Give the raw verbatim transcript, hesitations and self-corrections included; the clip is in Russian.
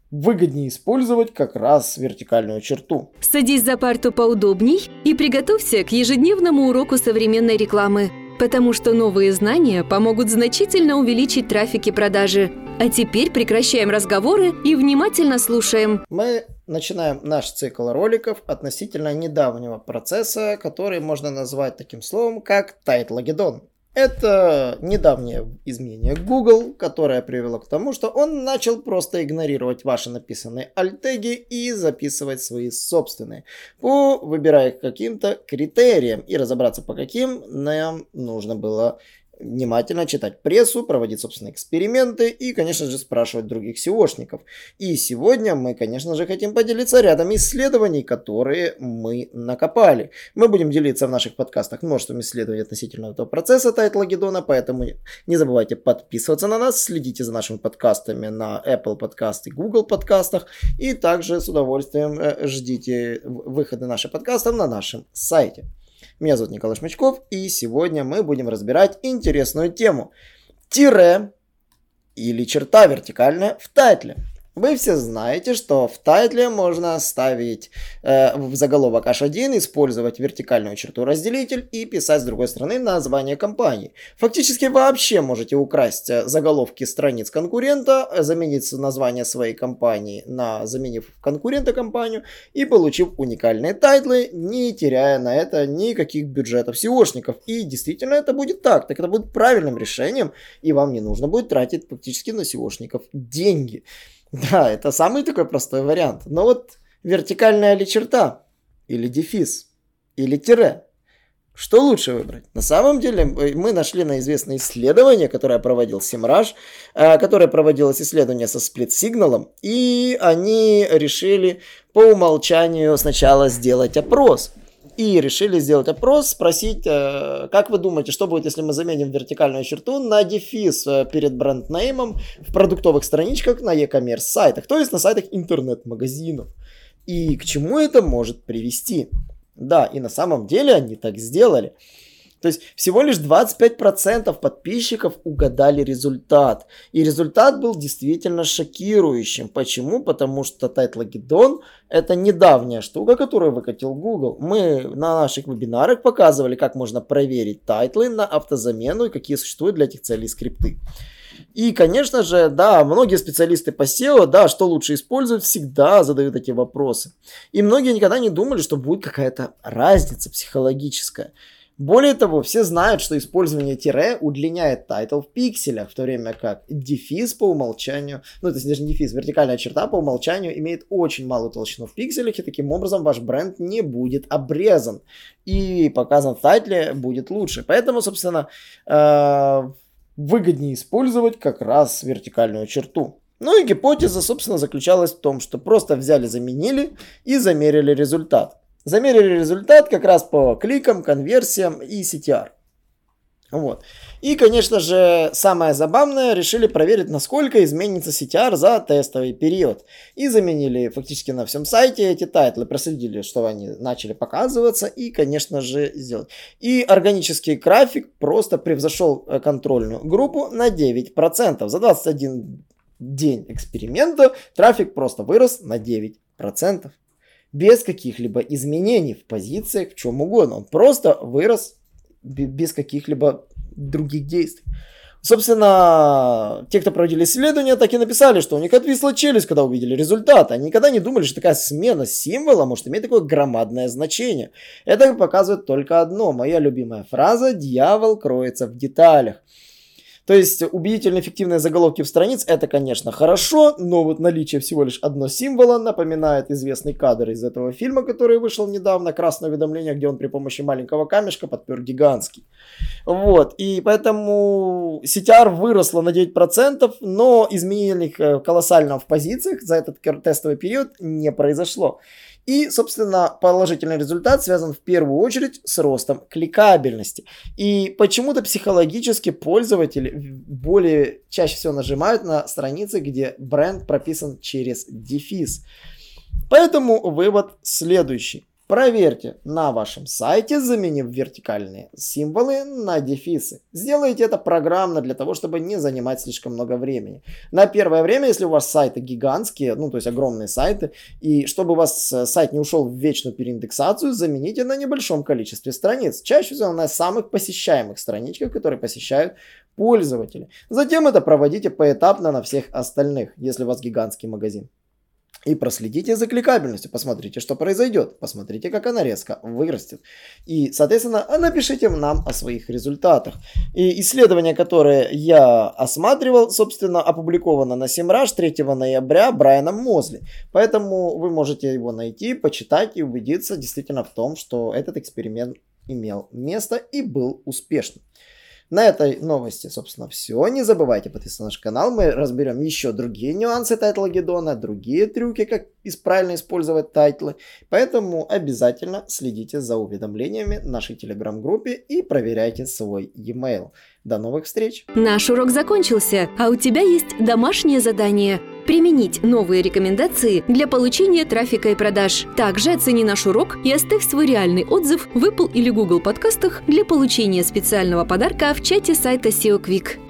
выгоднее использовать как раз вертикальную черту. Садись за парту поудобней и приготовься к ежедневному уроку современной рекламы, потому что новые знания помогут значительно увеличить трафик и продажи. А теперь прекращаем разговоры и внимательно слушаем. Мы начинаем наш цикл роликов относительно недавнего процесса, который можно назвать таким словом, как тайтлогеддон. Это недавнее изменение Google, которое привело к тому, что он начал просто игнорировать ваши написанные альт-теги и записывать свои собственные, по выбирая каким-то критериям, и разобраться по каким нам нужно было внимательно читать прессу, проводить собственные эксперименты и, конечно же, спрашивать других сеошников. И сегодня мы, конечно же, хотим поделиться рядом исследований, которые мы накопали. Мы будем делиться в наших подкастах множеством исследований относительно этого процесса тайтлогеддона, поэтому не забывайте подписываться на нас, следите за нашими подкастами на Apple подкаст и Google подкастах, и также с удовольствием ждите выхода наших подкастов на нашем сайте. Меня зовут Николай Шмычков, и сегодня мы будем разбирать интересную тему. Тире или черта вертикальная в тайтле. Вы все знаете, что в тайтле можно ставить э, в заголовок эйч один, использовать вертикальную черту разделитель и писать с другой стороны название компании. Фактически вообще можете украсть заголовки страниц конкурента, заменить название своей компании на заменив конкурента компанию и получив уникальные тайтлы, не теряя на это никаких бюджетов сеошников. И действительно это будет так, так это будет правильным решением, и вам не нужно будет тратить фактически на сеошников деньги. Да, это самый такой простой вариант. Но вот вертикальная ли черта, или дефис, или тире. Что лучше выбрать? На самом деле мы нашли на известное исследование, которое проводил Semrush, которое проводилось исследование со сплит-сигналом, и они решили по умолчанию сначала сделать опрос. И решили сделать опрос, спросить, как вы думаете, что будет, если мы заменим вертикальную черту на дефис перед бренднеймом в продуктовых страничках на e-commerce сайтах, то есть на сайтах интернет-магазинов. И к чему это может привести? Да, и на самом деле они так сделали. То есть всего лишь двадцать пять процентов подписчиков угадали результат. И результат был действительно шокирующим. Почему? Потому что тайтлогеддон — это недавняя штука, которую выкатил Google. Мы на наших вебинарах показывали, как можно проверить тайтлы на автозамену и какие существуют для этих целей скрипты. И, конечно же, да, многие специалисты по сео, да, что лучше использовать, всегда задают эти вопросы. И многие никогда не думали, что будет какая-то разница психологическая. Более того, все знают, что использование тире удлиняет тайтл в пикселях, в то время как дефис по умолчанию, ну, то есть даже не дефис, вертикальная черта по умолчанию имеет очень малую толщину в пикселях, и таким образом ваш бренд не будет обрезан, и показан в тайтле будет лучше. Поэтому, собственно, выгоднее использовать как раз вертикальную черту. Ну и гипотеза, собственно, заключалась в том, что просто взяли, заменили и замерили результат. Замерили результат как раз по кликам, конверсиям и си ти ар. Вот. И, конечно же, самое забавное, решили проверить, насколько изменится си ти ар за тестовый период. И заменили фактически на всем сайте эти тайтлы, проследили, что они начали показываться, и, конечно же, сделать. И органический трафик просто превзошел контрольную группу на девять процентов. За двадцать один день эксперимента трафик просто вырос на девять процентов. Без каких-либо изменений в позициях, в чем угодно. Он просто вырос без каких-либо других действий. Собственно, те, кто проводили исследования, так и написали, что у них отвисла челюсть, когда увидели результат. Они никогда не думали, что такая смена символа может иметь такое громадное значение. Это показывает только одно. Моя любимая фраза: «Дьявол кроется в деталях». То есть убедительно эффективные заголовки в страниц — это, конечно, хорошо, но вот наличие всего лишь одного символа напоминает известный кадр из этого фильма, который вышел недавно, «Красное уведомление», где он при помощи маленького камешка подпер гигантский. Вот, и поэтому си ти ар выросла на девять процентов, но изменений колоссально в позициях за этот тестовый период не произошло. И, собственно, положительный результат связан в первую очередь с ростом кликабельности. И почему-то психологически пользователи более чаще всего нажимают на страницы, где бренд прописан через дефис. Поэтому вывод следующий. Проверьте на вашем сайте, заменив вертикальные символы на дефисы. Сделайте это программно для того, чтобы не занимать слишком много времени. На первое время, если у вас сайты гигантские, ну то есть огромные сайты, и чтобы у вас сайт не ушел в вечную переиндексацию, замените на небольшом количестве страниц. Чаще всего на самых посещаемых страничках, которые посещают пользователи. Затем это проводите поэтапно на всех остальных, если у вас гигантский магазин. И проследите за кликабельностью, посмотрите, что произойдет, посмотрите, как она резко вырастет. И, соответственно, напишите нам о своих результатах. И исследование, которое я осматривал, собственно, опубликовано на Semrush третьего ноября Брайаном Мозли. Поэтому вы можете его найти, почитать и убедиться действительно в том, что этот эксперимент имел место и был успешным. На этой новости, собственно, все. Не забывайте подписываться на наш канал. Мы разберем еще другие нюансы тайтлогеддона, другие трюки, как правильно использовать тайтлы. Поэтому обязательно следите за уведомлениями в нашей телеграм-группе и проверяйте свой e-mail. До новых встреч! Наш урок закончился, а у тебя есть домашнее задание – применить новые рекомендации для получения трафика и продаж. Также оцени наш урок и оставь свой реальный отзыв в Apple или Google подкастах для получения специального подарка в чате сайта сео Quick.